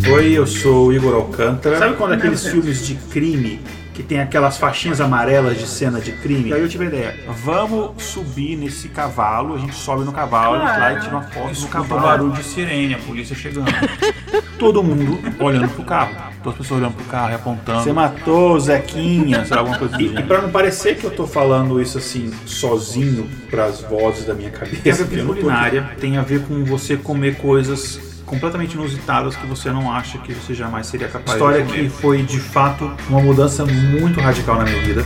Oi, eu sou o Igor Alcântara. Sabe quando aqueles filmes de crime que tem aquelas faixinhas amarelas de cena de crime? E aí eu tive a ideia, vamos subir nesse cavalo, a gente sobe no cavalo, a gente lá e tira uma foto no cavalo. Barulho de sirene, a polícia chegando. Todo mundo olhando pro carro. Todas as pessoas olhando pro carro e apontando. Você matou o Zequinha, sei lá, alguma coisa assim. E pra não parecer que eu tô falando isso assim, sozinho, pras vozes da minha cabeça. Tem a ver com culinária, tem a ver com você comer coisas completamente inusitadas que você não acha que você jamais seria capaz de comer. História que foi, de fato, uma mudança muito radical na minha vida.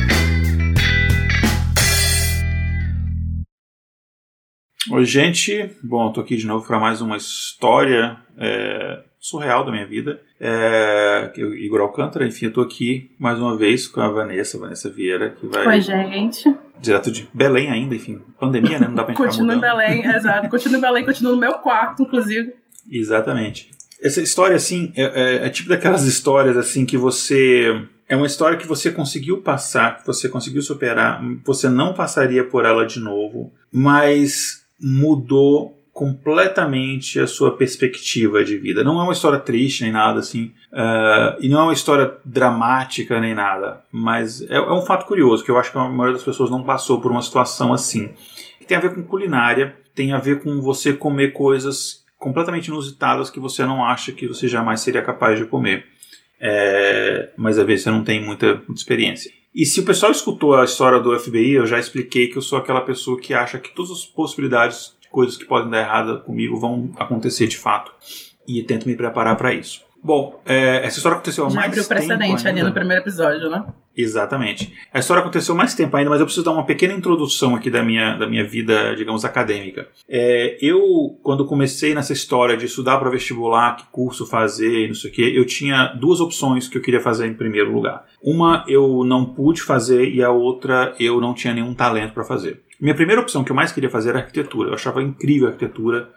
Oi, gente. Bom, tô aqui de novo para mais uma história surreal da minha vida. Eu, Igor Alcântara, enfim, eu tô aqui mais uma vez com a Vanessa Vieira, que vai... Oi, gente. Direto de Belém ainda, enfim. Pandemia, né? Não dá pra gente ficar mudando. Continuo em Belém, exato. Continuo em Belém, continuo no meu quarto, inclusive. Exatamente. Essa história, assim, é tipo daquelas histórias, assim, que você... É uma história que você conseguiu passar, que você conseguiu superar, você não passaria por ela de novo, mas mudou completamente a sua perspectiva de vida. Não é uma história triste nem nada, assim, e não é uma história dramática nem nada, mas é um fato curioso, que eu acho que a maioria das pessoas não passou por uma situação assim. Tem a ver com culinária, tem a ver com você comer coisas completamente inusitadas que você não acha que você jamais seria capaz de comer. Mas às vezes você não tem muita experiência. E se o pessoal escutou a história do FBI, eu já expliquei que eu sou aquela pessoa que acha que todas as possibilidades de coisas que podem dar errado comigo vão acontecer de fato. E tento me preparar para isso. Bom, essa história aconteceu há mais tempo. Já abriu precedente ali no primeiro episódio, né? Exatamente. A história aconteceu há mais tempo ainda, mas eu preciso dar uma pequena introdução aqui da minha vida, digamos, acadêmica. Eu, quando comecei nessa história de estudar para vestibular, que curso fazer e não sei o quê, eu tinha duas opções que eu queria fazer em primeiro lugar. Uma eu não pude fazer e a outra eu não tinha nenhum talento para fazer. Minha primeira opção que eu mais queria fazer era arquitetura. Eu achava incrível a arquitetura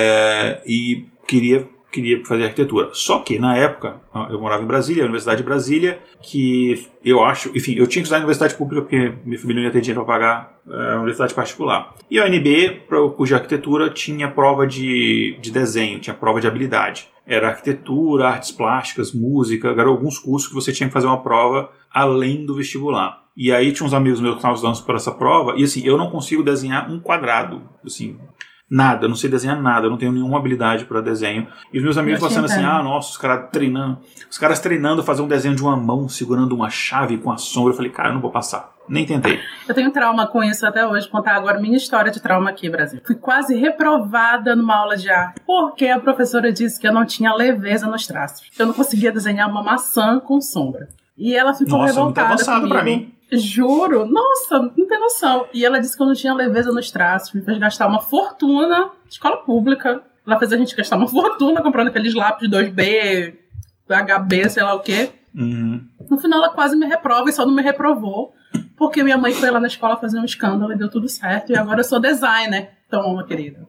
e queria fazer arquitetura. Só que, na época, eu morava em Brasília, a Universidade de Brasília, que eu acho... Enfim, eu tinha que estudar em universidade pública porque minha família não ia ter dinheiro para pagar a universidade particular. E a UNB, para o curso de arquitetura, tinha prova de desenho, tinha prova de habilidade. Era arquitetura, artes plásticas, música, eram alguns cursos que você tinha que fazer uma prova além do vestibular. E aí tinha uns amigos meus que estavam estudando por essa prova, e assim, eu não consigo desenhar um quadrado, assim... Nada, eu não sei desenhar nada, eu não tenho nenhuma habilidade para desenho. E os meus amigos falando assim, nossa, os caras treinando fazer um desenho de uma mão, segurando uma chave com a sombra. Eu falei, cara, eu não vou passar. Nem tentei. Eu tenho trauma com isso até hoje. Vou contar agora minha história de trauma aqui, Brasil. Fui quase reprovada numa aula de arte, porque a professora disse que eu não tinha leveza nos traços. Eu não conseguia desenhar uma maçã com sombra. E ela ficou revoltada muito avançado comigo. Pra mim. Juro, nossa, não tem noção. E ela disse que eu não tinha leveza nos traços, me fez gastar uma fortuna, escola pública. Ela fez a gente gastar uma fortuna comprando aqueles lápis 2B, HB, sei lá o quê. Uhum. No final ela quase me reprova e só não me reprovou, porque minha mãe foi lá na escola fazer um escândalo e deu tudo certo. E agora eu sou designer. Toma, querida.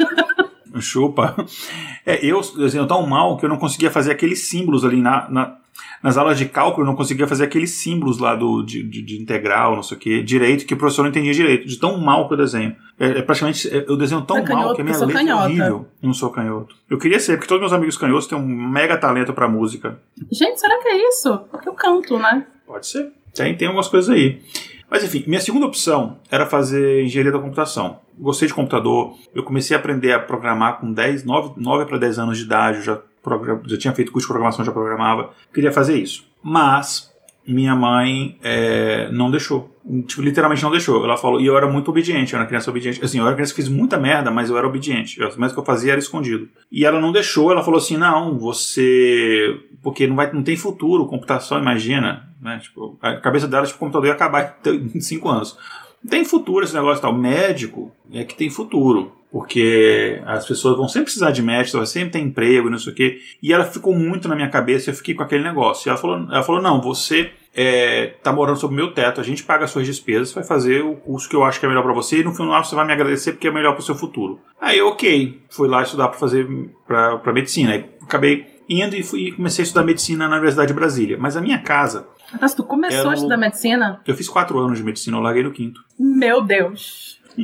Chupa. Eu desenho tão mal que eu não conseguia fazer aqueles símbolos ali nas aulas de cálculo, eu não conseguia fazer aqueles símbolos lá de integral, não sei o que, direito, que o professor não entendia direito, de tão mal que eu desenho. Praticamente, eu desenho tão mal que a minha letra é horrível. Não sou canhoto. Eu queria ser, porque todos meus amigos canhotos têm um mega talento pra música. Gente, será que é isso? Porque eu canto, né? Pode ser. Tem algumas coisas aí. Mas enfim, minha segunda opção era fazer engenharia da computação. Gostei de computador, eu comecei a aprender a programar com 9 para 10 anos de idade, eu já tinha feito curso de programação, já programava, queria fazer isso. Mas minha mãe não deixou, tipo, literalmente não deixou. Ela falou, e eu era muito obediente, eu era uma criança obediente. Assim, eu era uma criança que fiz muita merda, mas eu era obediente. Mas o que eu fazia era escondido. E ela não deixou, ela falou assim, não, porque não tem futuro, computação, imagina, né? Tipo, a cabeça dela, tipo, o computador ia acabar em 5 anos. Tem futuro esse negócio tal. Médico é que tem futuro, porque as pessoas vão sempre precisar de médico, vai sempre ter emprego e não sei o quê. E ela ficou muito na minha cabeça e eu fiquei com aquele negócio. E ela falou não, você tá morando sob o meu teto, a gente paga as suas despesas, vai fazer o curso que eu acho que é melhor pra você e no final você vai me agradecer porque é melhor pro seu futuro. Aí, ok, fui lá estudar pra medicina. Aí acabei indo e comecei a estudar medicina na Universidade de Brasília. Mas a minha casa... Mas tu começou a estudar medicina? Eu fiz 4 anos de medicina, eu larguei no 5º. Meu Deus!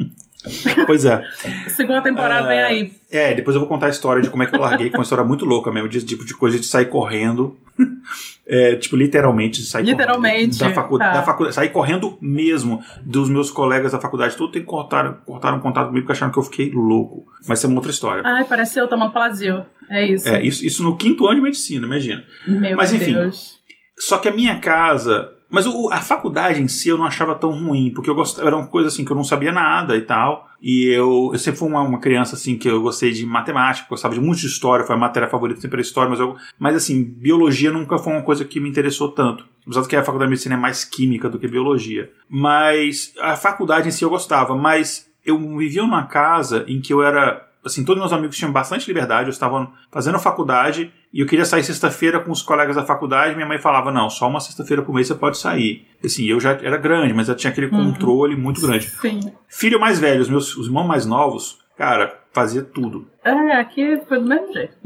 Pois é. Segunda temporada vem aí. Depois eu vou contar a história de como é que eu larguei, com uma história muito louca mesmo, de tipo de coisa de sair correndo. Tipo, literalmente sair Literalmente. correndo. Da faculdade, sair correndo mesmo dos meus colegas da faculdade. Tudo cortaram contato comigo porque acharam que eu fiquei louco. Mas isso é uma outra história. Ai, parece eu tomando Plasio. É isso. Isso no 5º ano de medicina, imagina. Mas enfim. Deus. Só que a minha casa... Mas a faculdade em si eu não achava tão ruim, porque eu gostava, era uma coisa assim que eu não sabia nada e tal. E eu sempre fui uma criança assim que eu gostei de matemática, gostava de muito de história, foi a matéria favorita sempre a história, mas assim, biologia nunca foi uma coisa que me interessou tanto. Apesar de que a faculdade de medicina é mais química do que biologia. Mas a faculdade em si eu gostava, mas eu vivia numa casa em que eu era... Assim, todos meus amigos tinham bastante liberdade, eu estava fazendo faculdade e eu queria sair sexta-feira com os colegas da faculdade. Minha mãe falava, não, só uma sexta-feira por mês você pode sair. Assim, eu já era grande, mas eu tinha aquele controle muito grande. Sim. Filho mais velho, os irmãos mais novos, cara, fazia tudo. Aqui foi do mesmo jeito.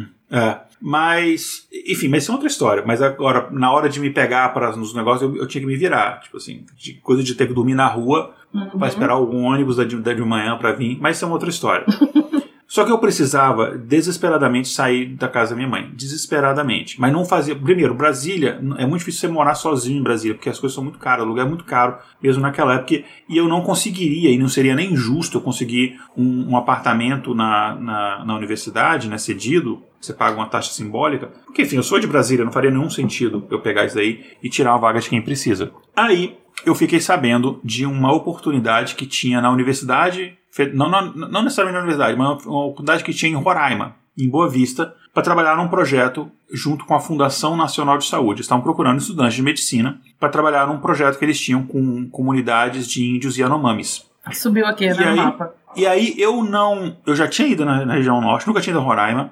Mas, enfim, mas isso é outra história. Mas agora, na hora de me pegar nos negócios, eu tinha que me virar. Tipo assim, coisa de ter que dormir na rua pra esperar algum ônibus da de manhã pra vir. Mas isso é uma outra história. Só que eu precisava desesperadamente sair da casa da minha mãe. Desesperadamente. Mas não fazia... Primeiro, Brasília, é muito difícil você morar sozinho em Brasília, porque as coisas são muito caras, o lugar é muito caro, mesmo naquela época. E eu não conseguiria, e não seria nem justo eu conseguir um apartamento na universidade, né, cedido. Você paga uma taxa simbólica. Porque, enfim, eu sou de Brasília, não faria nenhum sentido eu pegar isso daí e tirar uma vaga de quem precisa. Aí, eu fiquei sabendo de uma oportunidade que tinha na universidade... Não necessariamente na universidade, mas uma oportunidade que tinha em Roraima, em Boa Vista, para trabalhar num projeto junto com a Fundação Nacional de Saúde. Estavam procurando estudantes de medicina para trabalhar num projeto que eles tinham com comunidades de índios e Yanomamis. Subiu aqui, né, no mapa. E aí eu já tinha ido na região norte, nunca tinha ido a Roraima.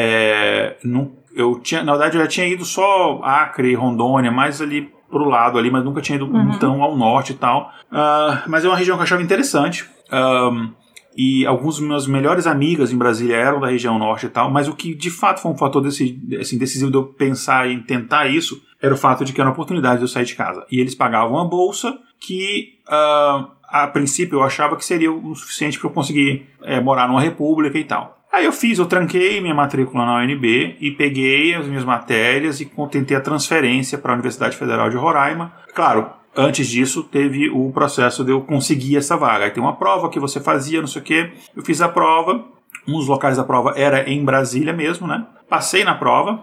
Na verdade, eu já tinha ido só Acre, Rondônia, mais ali pro lado ali, mas nunca tinha ido tão ao norte e tal. Mas é uma região que eu achava interessante. E alguns dos meus melhores amigas em Brasília eram da região norte e tal, mas o que de fato foi um fator decisivo de eu pensar em tentar isso era o fato de que era uma oportunidade de eu sair de casa. E eles pagavam uma bolsa que, a princípio, eu achava que seria o suficiente para eu conseguir morar numa república e tal. Aí eu tranquei minha matrícula na UNB e peguei as minhas matérias e tentei a transferência para a Universidade Federal de Roraima. Claro, antes disso, teve o processo de eu conseguir essa vaga. Aí tem uma prova que você fazia, não sei o quê. Eu fiz a prova. Um dos locais da prova era em Brasília mesmo, né? Passei na prova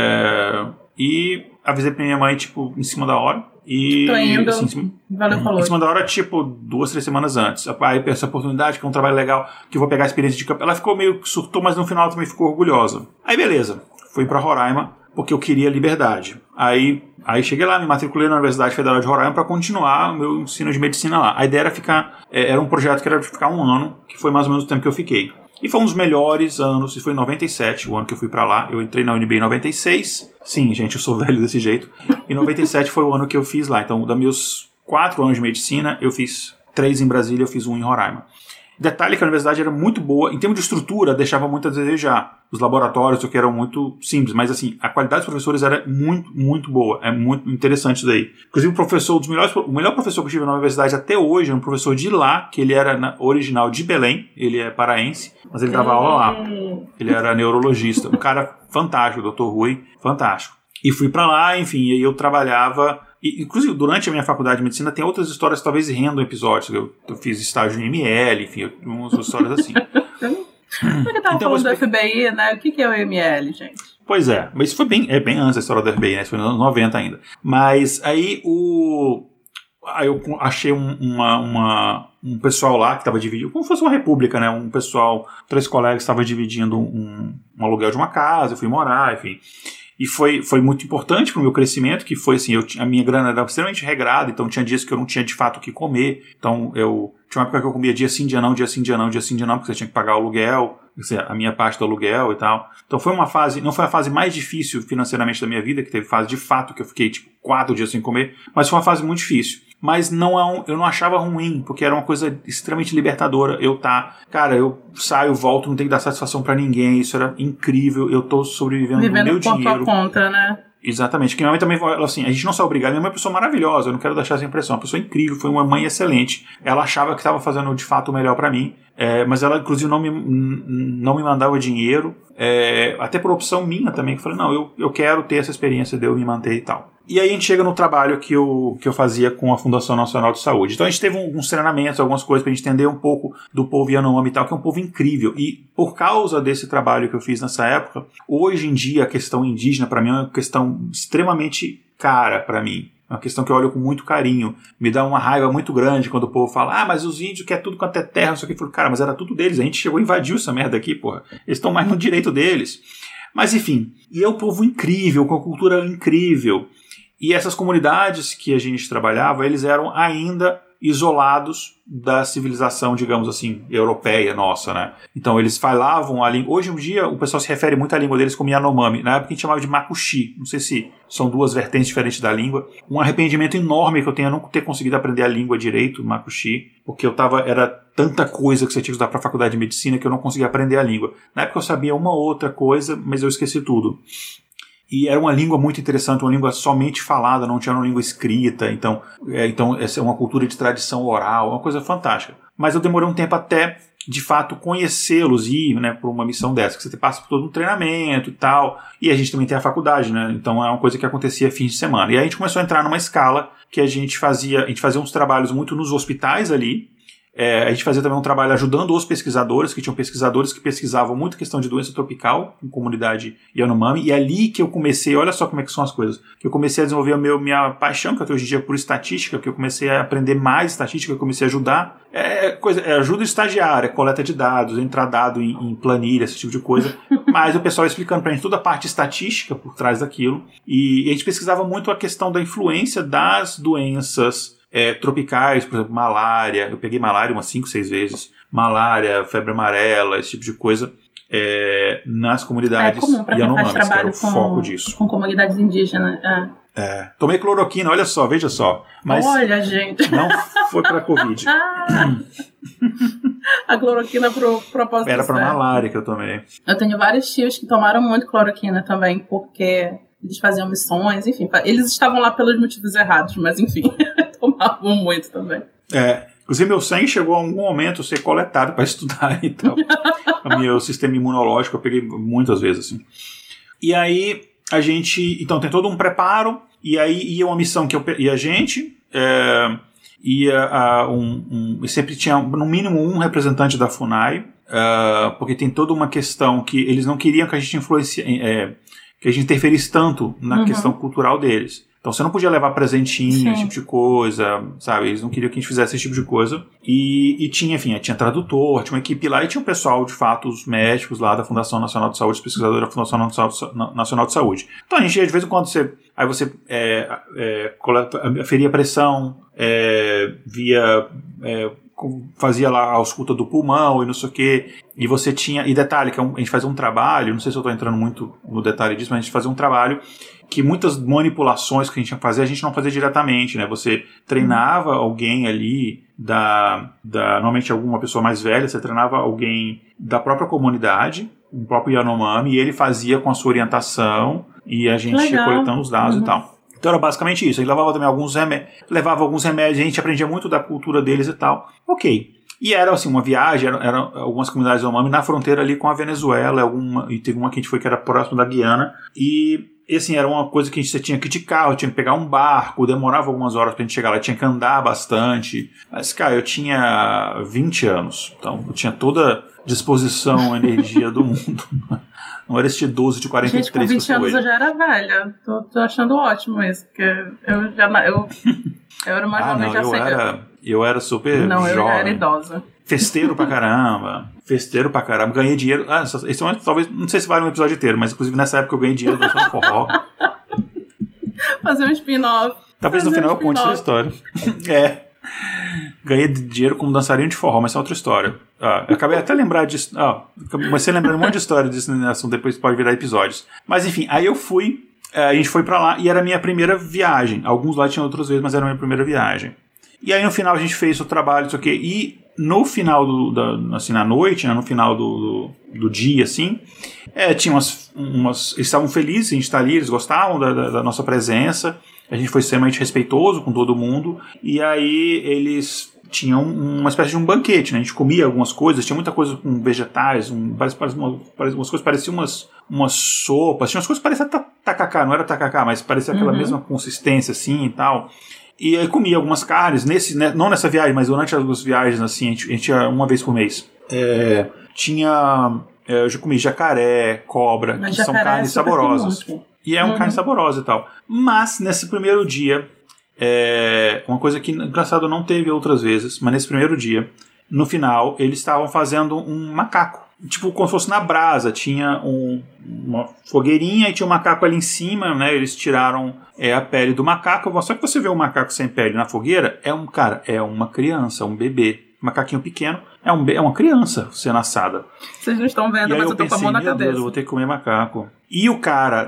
e avisei pra minha mãe, tipo, em cima da hora. E, tô indo. Assim, Valeu, falou. Em cima da hora, tipo, 2, 3 semanas antes. Aí essa oportunidade, que é um trabalho legal, que eu vou pegar a experiência de campo. Ela ficou meio que surtou, mas no final ela também ficou orgulhosa. Aí beleza. Fui pra Roraima, porque eu queria liberdade. Aí cheguei lá, me matriculei na Universidade Federal de Roraima para continuar o meu ensino de medicina lá. A ideia era era um projeto que era de ficar 1 ano, que foi mais ou menos o tempo que eu fiquei. E foi um dos melhores anos, e foi em 97, o ano que eu fui para lá. Eu entrei na UNB em 96. Sim, gente, eu sou velho desse jeito. E 97 foi o ano que eu fiz lá. Então, dos meus 4 anos de medicina, eu fiz 3 em Brasília, eu fiz 1 em Roraima. Detalhe que a universidade era muito boa, em termos de estrutura, deixava muito a desejar. Os laboratórios, o que eram muito simples, mas assim, a qualidade dos professores era muito, muito boa. É muito interessante isso daí. Inclusive, o melhor professor que eu tive na universidade até hoje era um professor de lá, que ele era original de Belém, ele é paraense, mas ele dava aula lá. Ele era neurologista, um cara fantástico, o Dr. Rui, fantástico. E fui pra lá, enfim, e aí eu trabalhava... E, inclusive, durante a minha faculdade de medicina, tem outras histórias que talvez rendam episódios. Eu fiz estágio em ML, enfim, umas histórias assim. Por que tava falando do FBI, né? O que é o ML, gente? Pois é, mas isso foi bem antes da história do FBI, né? Isso foi nos anos 90 ainda. Mas aí eu achei um pessoal lá que estava dividindo, como se fosse uma república, né? Um pessoal, 3 colegas estavam dividindo um aluguel de uma casa, eu fui morar, enfim... E foi muito importante para o meu crescimento, que foi assim, a minha grana era extremamente regrada, então tinha dias que eu não tinha de fato o que comer. Então tinha uma época que eu comia dia sim, dia não, dia sim, dia não, dia sim, dia não, porque você tinha que pagar o aluguel, a minha parte do aluguel e tal. Então não foi a fase mais difícil financeiramente da minha vida, que teve fase de fato que eu fiquei tipo 4 dias sem comer, mas foi uma fase muito difícil. Mas eu não achava ruim, porque era uma coisa extremamente libertadora. Cara, eu saio, volto, não tenho que dar satisfação pra ninguém, isso era incrível, eu tô sobrevivendo do meu dinheiro. Vivendo por tua conta, né? Exatamente, que minha mãe também falou assim, a gente não se obrigar, minha mãe é uma pessoa maravilhosa, eu não quero deixar essa impressão, uma pessoa incrível, foi uma mãe excelente, ela achava que estava fazendo de fato o melhor para mim, mas ela inclusive não me mandava dinheiro, até por opção minha também, que eu falei, não, eu quero ter essa experiência de eu me manter e tal. E aí a gente chega no trabalho que eu fazia com a Fundação Nacional de Saúde. Então a gente teve alguns treinamentos, algumas coisas pra gente entender um pouco do povo Yanomami e tal, que é um povo incrível. E por causa desse trabalho que eu fiz nessa época, hoje em dia a questão indígena pra mim é uma questão extremamente cara pra mim. É uma questão que eu olho com muito carinho. Me dá uma raiva muito grande quando o povo fala, mas os índios querem tudo quanto é terra, não sei o que. Eu falo, cara, mas era tudo deles, a gente chegou e invadiu essa merda aqui, porra. Eles estão mais no direito deles. Mas enfim, e é um povo incrível, com uma cultura incrível. E essas comunidades que a gente trabalhava, eles eram ainda isolados da civilização, digamos assim, europeia nossa, né? Então eles falavam a língua... Hoje em dia o pessoal se refere muito à língua deles como Yanomami. Na época a gente chamava de Makuxi. Não sei se são duas vertentes diferentes da língua. Um arrependimento enorme que eu tenho é não ter conseguido aprender a língua direito, Makuxi, porque era tanta coisa que você tinha que estudar para a faculdade de medicina que eu não conseguia aprender a língua. Na época eu sabia uma outra coisa, mas eu esqueci tudo. E era uma língua muito interessante, uma língua somente falada, não tinha uma língua escrita, então essa é uma cultura de tradição oral, uma coisa fantástica. Mas eu demorei um tempo até, de fato, conhecê-los e ir, né, por uma missão dessa, que você passa por todo um treinamento e tal, e a gente também tem a faculdade, né, então é uma coisa que acontecia fins de semana. E aí a gente começou a entrar numa escala que a gente fazia uns trabalhos muito nos hospitais ali. A gente fazia também um trabalho ajudando os pesquisadores, que tinham pesquisadores que pesquisavam muito questão de doença tropical em comunidade Yanomami, e é ali que eu comecei, olha só como é que são as coisas, que eu comecei a desenvolver minha paixão, que eu tenho hoje em dia por estatística, que eu comecei a aprender mais estatística, que eu comecei a ajudar, ajuda estagiária, coleta de dados, entrar dado em planilha, esse tipo de coisa, mas o pessoal explicando pra gente toda a parte estatística por trás daquilo, e a gente pesquisava muito a questão da influência das doenças tropicais, por exemplo, malária. Eu peguei malária umas 5, 6 vezes. Malária, febre amarela, esse tipo de coisa. Nas comunidades Yanomamis, que era o foco disso. Com comunidades indígenas. Tomei cloroquina, olha só, veja só. Mas olha, gente. Não foi pra Covid. A cloroquina pro propósito era pra malária que eu tomei. Eu tenho vários tios que tomaram muito cloroquina também, porque eles faziam missões, enfim. Eles estavam lá pelos motivos errados, mas enfim, tomavam muito também. Inclusive meu sangue chegou a algum momento a ser coletado para estudar e tal. O meu sistema imunológico eu peguei muitas vezes assim. E aí a gente, então tem todo um preparo, e aí ia uma missão que a gente e sempre tinha no mínimo um representante da FUNAI, porque tem toda uma questão que eles não queriam que a gente que a gente interferisse tanto na questão cultural deles. Então você não podia levar presentinho, esse tipo de coisa, sabe? Eles não queriam que a gente fizesse esse tipo de coisa. E tinha, enfim, tinha tradutor, tinha uma equipe lá e tinha um pessoal, de fato, os médicos lá da Fundação Nacional de Saúde, os pesquisadores da Fundação Nacional de Saúde. Então a gente, de vez em quando, você feria pressão, fazia lá a ausculta do pulmão e não sei o que, e você tinha, e detalhe, que a gente fazia um trabalho, não sei se eu estou entrando muito no detalhe disso, mas a gente fazia um trabalho que muitas manipulações que a gente ia fazer, a gente não fazia diretamente, né? Você treinava alguém ali normalmente alguma pessoa mais velha, você treinava alguém da própria comunidade, o próprio Yanomami, e ele fazia com a sua orientação, e a gente ia coletando os dados e tal. Então era basicamente isso. Ele levava também alguns remédios, a gente aprendia muito da cultura deles e tal. Ok. E era assim, uma viagem, eram algumas comunidades Yanomami na fronteira ali com a Venezuela, e teve uma que a gente foi que era próximo da Guiana, e assim, era uma coisa que você tinha que ir de carro, tinha que pegar um barco, demorava algumas horas pra gente chegar lá, tinha que andar bastante. Mas, cara, eu tinha 20 anos, então eu tinha toda a disposição, a energia do mundo. Não era esse 12 de 43 gente, com 20 anos eu já era velha. Tô achando ótimo isso, porque eu era uma jovem já sei. Eu era super jovem. Eu já era idosa. Festeiro pra caramba. Ganhei dinheiro. Talvez, não sei se vale um episódio inteiro, mas inclusive nessa época eu ganhei dinheiro dançando forró. Fazer um spin-off. Talvez no final eu conte essa história. Ganhei dinheiro como dançarino de forró, mas é outra história. Eu acabei até lembrar disso. Comecei a lembrar um monte de história disso nesse assunto, depois pode virar episódios. Mas enfim, aí eu fui, a gente foi pra lá e era a minha primeira viagem. Alguns lá tinham outras vezes, mas era a minha primeira viagem. E aí no final a gente fez o trabalho, isso aqui, e no final assim, na noite, né, no final do dia, assim, tinha eles estavam felizes, a gente tá ali, eles gostavam da nossa presença, a gente foi extremamente respeitoso com todo mundo, e aí eles tinham uma espécie de um banquete, né? A gente comia algumas coisas, tinha muita coisa com vegetais, umas coisas pareciam umas sopas, tinha umas coisas que pareciam tacacá, não era tacacá, mas parecia aquela mesma consistência assim e tal. E aí comia algumas carnes, não nessa viagem, mas durante as viagens, assim, a gente ia uma vez por mês. Eu já comi jacaré, cobra, que são carnes saborosas. E é uma carne saborosa e tal. Mas, nesse primeiro dia, uma coisa que, engraçado, não teve outras vezes, mas nesse primeiro dia, no final, eles estavam fazendo um macaco. Tipo, como se fosse na brasa, tinha uma fogueirinha e tinha um macaco ali em cima, né? Eles tiraram a pele do macaco. Só que você vê um macaco sem pele na fogueira, é uma criança, um bebê. Um macaquinho pequeno, é uma criança sendo assada. Vocês não estão vendo, mas eu tô com a mão na cabeça. Deus, eu vou ter que comer macaco. E o cara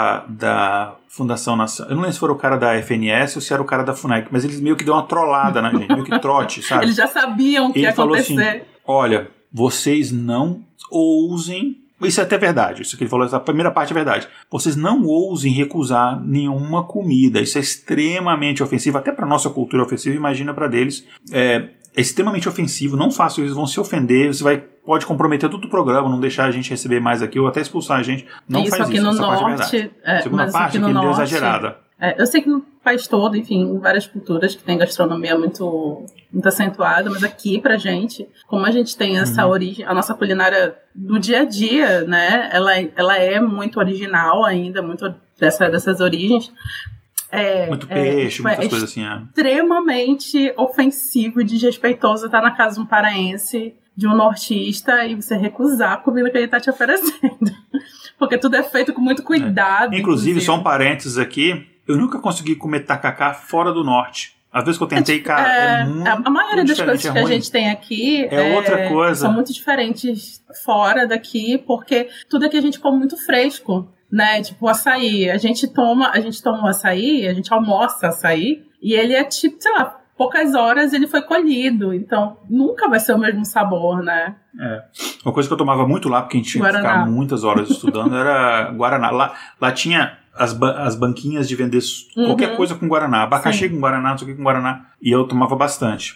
da Fundação Nação, eu não lembro se foi o cara da FNS ou se era o cara da FUNEC, mas eles meio que deu uma trollada na gente, meio que trote, sabe? Eles já sabiam o que ia acontecer. Ele falou assim, olha, vocês não ousem, isso é até verdade, isso que ele falou, essa primeira parte é verdade, vocês não ousem recusar nenhuma comida, isso é extremamente ofensivo, até para nossa cultura ofensiva, imagina para deles, é extremamente ofensivo, não façam isso, eles vão se ofender, pode comprometer todo o programa, não deixar a gente receber mais aqui ou até expulsar a gente, não faz isso, essa parte é verdade. Segunda parte, que ele deu exagerada. Eu sei que no país todo, enfim, em várias culturas que tem gastronomia muito, muito acentuada, mas aqui pra gente, como a gente tem essa origem, a nossa culinária do dia a dia, né, ela é muito original ainda, muito dessas origens. Muito peixe, muitas coisas assim. Extremamente ofensivo e desrespeitoso estar na casa de um paraense, de um nortista, e você recusar a comida que ele está te oferecendo. Porque tudo é feito com muito cuidado. Inclusive, só um parênteses aqui, eu nunca consegui comer tacacá fora do norte. Às vezes que eu tentei, cara, muito a maioria das coisas que a gente tem aqui outra coisa. São muito diferentes fora daqui, porque tudo aqui a gente come muito fresco. Né, tipo o açaí, a gente toma o açaí, a gente almoça açaí, e ele é tipo, sei lá, poucas horas ele foi colhido, então nunca vai ser o mesmo sabor, né? Uma coisa que eu tomava muito lá, porque a gente tinha que ficar muitas horas estudando, era Guaraná. Lá tinha as banquinhas de vender qualquer coisa com Guaraná, abacaxi com Guaraná, não sei o que com Guaraná, e eu tomava bastante.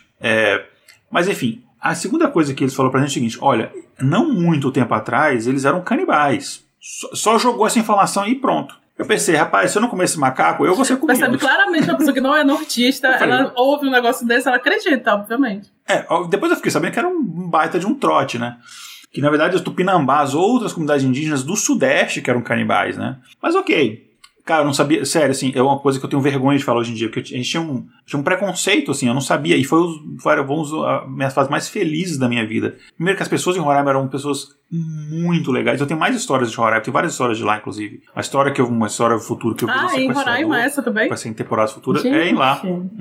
Mas enfim, a segunda coisa que eles falaram pra gente é o seguinte, olha, não muito tempo atrás, eles eram canibais. Só jogou essa informação e pronto. Eu pensei, rapaz, se eu não comer esse macaco, eu vou ser comido. Percebe claramente uma pessoa que não é nortista, ela ouve um negócio desse, ela acredita, obviamente. Depois eu fiquei sabendo que era um baita de um trote, né? Que na verdade os tupinambás, outras comunidades indígenas do Sudeste que eram canibais, né? Mas ok. Cara, eu não sabia, sério, assim, é uma coisa que eu tenho vergonha de falar hoje em dia, porque a gente tinha um preconceito, assim, eu não sabia, e foram as minhas fases mais felizes da minha vida. Primeiro que as pessoas em Roraima eram pessoas muito legais, eu tenho mais histórias de Roraima, tem várias histórias de lá, inclusive. Uma história futura que eu vi em Roraima essa também? Vai ser em temporadas futuras, em lá.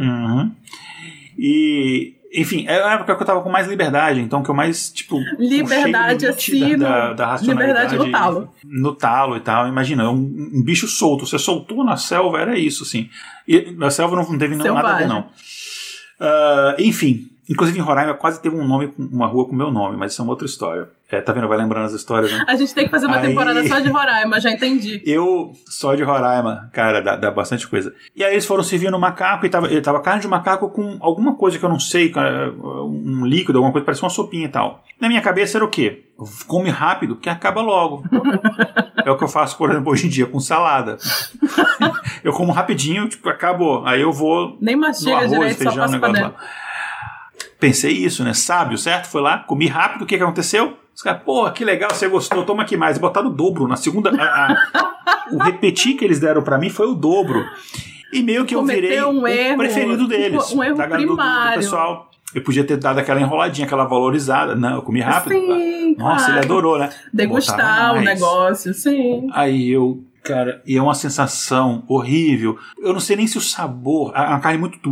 E... Enfim, era a época que eu tava com mais liberdade, então que eu mais, tipo... Liberdade assim, da racionalidade. Liberdade no talo. No talo e tal, imagina, um bicho solto, você soltou na selva, era isso, assim. E na selva não teve nada a ver, não. Enfim, inclusive em Roraima quase teve uma rua com o meu nome, mas isso é uma outra história. Tá vendo? Vai lembrando as histórias, né? A gente tem que fazer uma temporada só de Roraima, já entendi. Só de Roraima, cara, dá bastante coisa. E aí eles foram servindo macaco e tava carne de macaco com alguma coisa que eu não sei, um líquido, alguma coisa, parecia uma sopinha e tal. Na minha cabeça era o quê? Come rápido, que acaba logo. É o que eu faço, por exemplo, hoje em dia com salada. Eu como rapidinho, tipo, acabou. Aí eu vou nem mastiga no arroz, direito, feijão, só passa negócio pra lá. Pensei isso, né? Sábio, certo? Foi lá, comi rápido, o que aconteceu? Os caras, pô, que legal, você gostou, toma aqui mais. Botaram o dobro. Na segunda, o repetir que eles deram pra mim foi o dobro. E meio que eu virei o preferido deles. Um erro primário. Do pessoal. Eu podia ter dado aquela enroladinha, aquela valorizada. Não, eu comi rápido. Sim, nossa, ele adorou, né? Degustar o negócio, sim. Aí cara, e é uma sensação horrível. Eu não sei nem se o sabor... A carne é muito dura.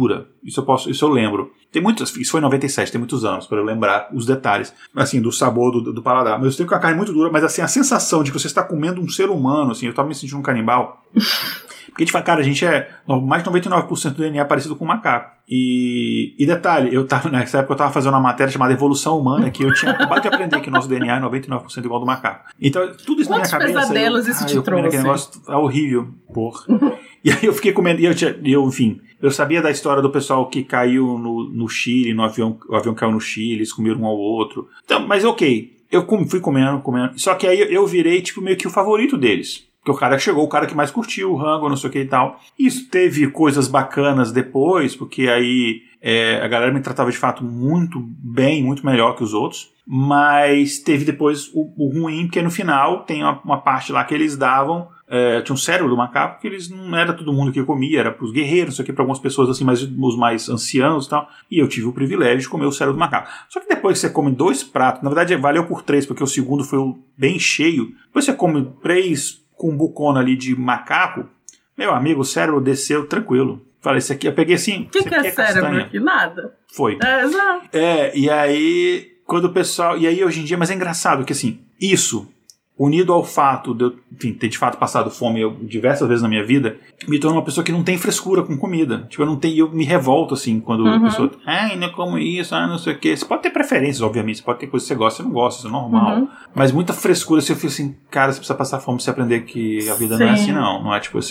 Isso eu lembro. Isso foi em 97, tem muitos anos, para eu lembrar os detalhes, assim, do sabor do paladar. Mas eu tenho com a carne muito dura, mas assim, a sensação de que você está comendo um ser humano, assim, eu tava me sentindo um canibal. Porque, tipo, cara, a gente mais de 99% do DNA é parecido com um macaco. E detalhe, nessa época eu tava fazendo uma matéria chamada Evolução Humana, que eu tinha acabado de aprender que o nosso DNA é 99% igual ao do macaco. Então, tudo isso na minha cabeça... Quantos pesadelos isso te trouxe? Aquele negócio horrível, porra. E aí eu fiquei comendo, enfim, eu sabia da história do pessoal que caiu no Chile, o avião caiu no Chile, eles comeram um ao outro. Então, mas ok, eu fui comendo, só que aí eu virei, tipo, meio que o favorito deles. Porque o cara que mais curtiu o rango, não sei o que e tal. Isso teve coisas bacanas depois, porque aí a galera me tratava de fato muito bem, muito melhor que os outros. Mas teve depois o ruim, porque no final tem uma parte lá que eles davam. Tinha um cérebro do macaco, que eles não era todo mundo que comia, era pros guerreiros, não sei o que, pra algumas pessoas assim, os mais ancianos e tal. E eu tive o privilégio de comer o cérebro do macaco. Só que depois que você come 2 pratos, na verdade valeu por 3, porque o segundo foi bem cheio. Depois você come 3 com um bucona ali de macaco, meu amigo, o cérebro desceu tranquilo. Falei, isso aqui, eu peguei assim... O que é cérebro aqui? Nada. Foi. Exato. E aí, quando o pessoal... E aí, hoje em dia, mas é engraçado que, assim, isso, unido ao fato de eu, enfim, ter de fato passado fome diversas vezes na minha vida, me torna uma pessoa que não tem frescura com comida. Tipo, eu me revolto, assim, quando a pessoa... não como isso, não sei o quê. Você pode ter preferências, obviamente. Você pode ter coisas que você gosta, você não gosta, isso é normal. Mas muita frescura, se eu fico assim, cara, você precisa passar fome pra você aprender que a vida não é assim, não. Não é tipo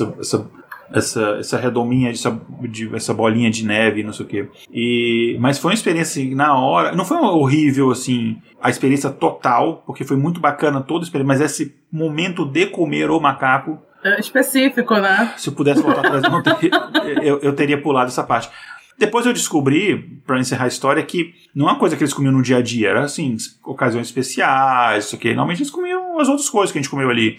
essa redominha, essa bolinha de neve, não sei o quê. Mas foi uma experiência, assim, na hora... Não foi horrível, assim, a experiência total, porque foi muito bacana toda a experiência, mas esse momento de comer o macaco... específico, né? Se eu pudesse voltar atrás, eu teria pulado essa parte. Depois eu descobri, pra encerrar a história, que não é uma coisa que eles comiam no dia a dia, era assim, ocasiões especiais, isso aqui. Normalmente eles comiam as outras coisas que a gente comeu ali.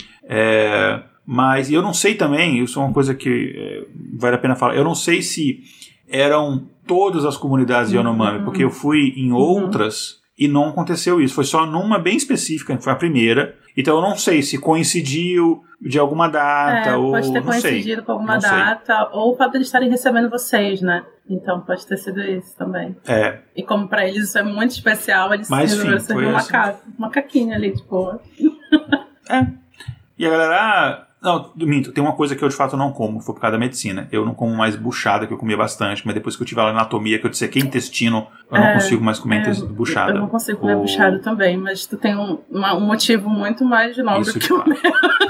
Mas eu não sei também, isso é uma coisa que vale a pena falar, eu não sei se eram todas as comunidades Yanomami, porque eu fui em outras e não aconteceu isso, foi só numa bem específica, foi a primeira. Então eu não sei se coincidiu de alguma data, ou pode ter não coincidido sei, com alguma data, ou o fato de eles estarem recebendo vocês, né? Então pode ter sido isso também. E como pra eles isso é muito especial, eles resolveram servir um macaquinho ali, tipo. E a galera... Não, minto, tem uma coisa que eu de fato não como, foi por causa da medicina. Eu não como mais buchada, que eu comia bastante, mas depois que eu tive a anatomia, que eu dissequei intestino, eu não consigo mais comer buchada. Eu não consigo comer buchada também, mas tu tem um motivo muito mais nobre que o meu.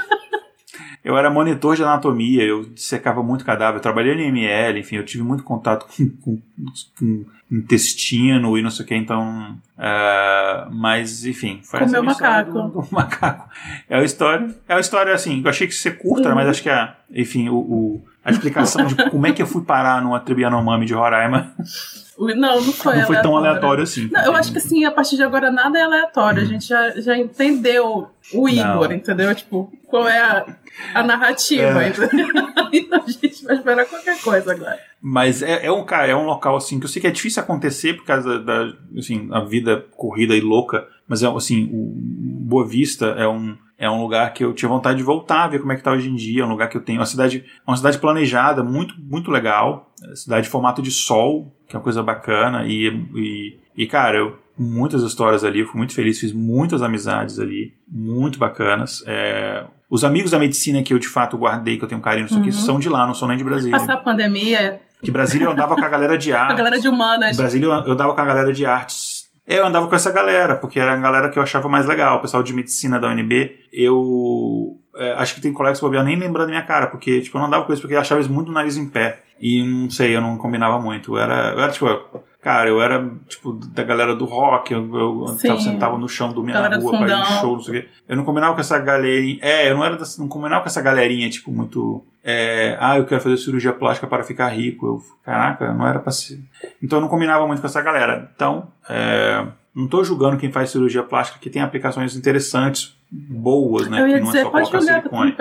Eu era monitor de anatomia, eu dissecava muito cadáver, eu trabalhei no IML, enfim, eu tive muito contato com intestino e não sei o que, então... mas, enfim... Foi com o meu macaco. Do macaco. É uma história, assim, eu achei que ia ser curta, mas acho que, enfim, a explicação de como é que eu fui parar numa tribo Yanomami de Roraima... Não foi tão aleatório assim. Não, eu acho que assim, a partir de agora nada é aleatório. A gente já entendeu o Igor, entendeu? Tipo, qual é a narrativa, entendeu? Então a gente vai esperar qualquer coisa agora. Mas é um local assim que eu sei que é difícil acontecer por causa da assim, a vida corrida e louca, mas assim, o Boa Vista é um lugar que eu tinha vontade de voltar a ver como é que tá hoje em dia. É um lugar que eu tenho uma cidade planejada, muito, muito legal. Cidade de formato de sol, que é uma coisa bacana. E cara, muitas histórias ali, eu fui muito feliz, fiz muitas amizades ali, muito bacanas. Os amigos da medicina que eu de fato guardei, que eu tenho carinho, isso aqui, são de lá, não são nem de Brasília. Passar a pandemia. Que Brasília eu andava com a galera de artes. A galera de humanas. Em Brasília eu andava com a galera de artes. Eu andava com essa galera, porque era a galera que eu achava mais legal. O pessoal de medicina da UNB, eu acho que tem colegas que eu nem lembrando da minha cara, porque tipo, eu não andava com eles porque eu achava eles muito nariz em pé. E não sei, eu não combinava muito. Eu era tipo, cara, eu era tipo da galera do rock, eu sentava no chão, dormia na rua pra ir no show, não sei o quê. Eu não combinava com essa galerinha. Não combinava com essa galerinha, tipo, muito. Eu quero fazer cirurgia plástica para ficar rico. Caraca, não era pra ser. Então eu não combinava muito com essa galera. Então, não tô julgando quem faz cirurgia plástica, que tem aplicações interessantes, boas, né? Eu ia que não dizer, é só pode colocar julgar silicone.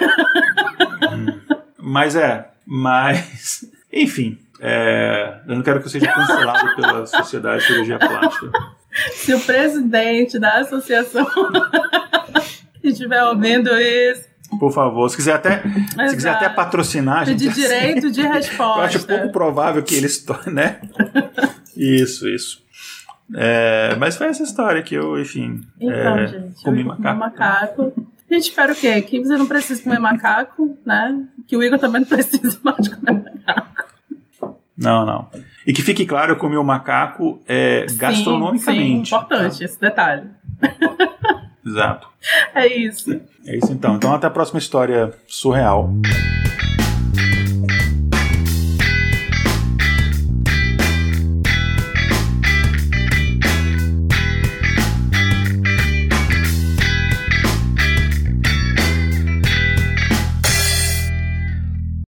Mas, enfim, eu não quero que eu seja cancelado pela Sociedade de Cirurgia Plástica. Se o presidente da associação estiver ouvindo isso, Por favor, se quiser até patrocinar, a gente de direito de resposta. Eu acho pouco provável que eles, né? Isso. Mas foi essa história que eu, enfim, então, gente, comi macaco. A gente espera o quê? Que você não precise comer macaco, né? Que o Igor também não precise mais comer macaco. Não. E que fique claro, eu comi o macaco gastronomicamente. Sim, importante esse detalhe. Exato. É isso. É isso então. Então até a próxima história surreal.